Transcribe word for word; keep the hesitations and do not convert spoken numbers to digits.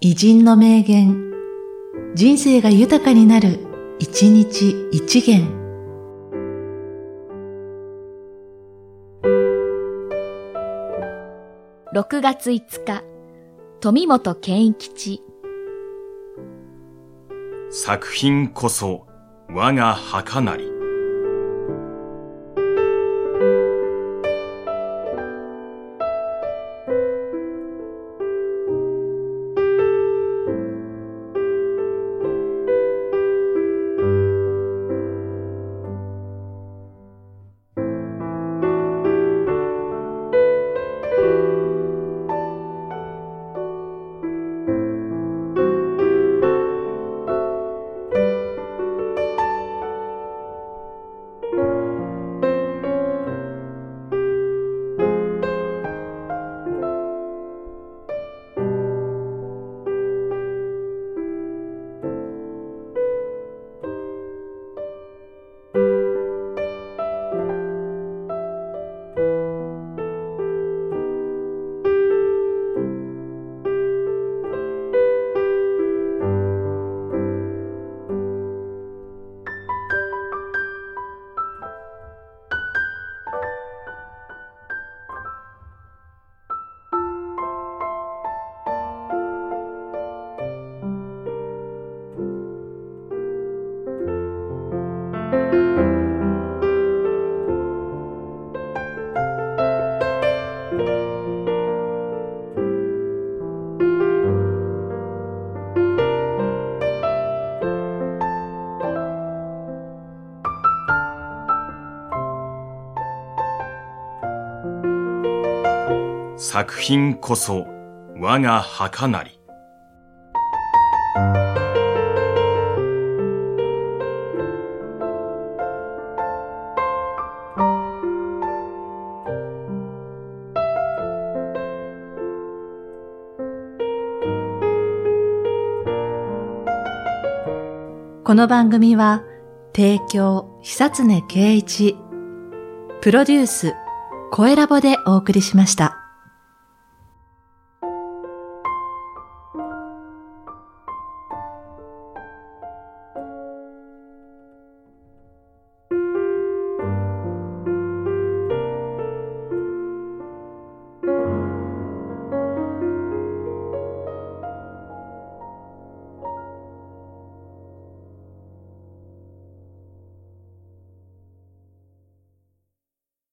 偉人の名言、人生が豊かになる、一日一元。 ろくがついつか、富本健吉。 作品こそ我が墓なり。作品こそ我が墓なり。 この番組は提供久常圭一、プロデュース声ラボでお送りしました。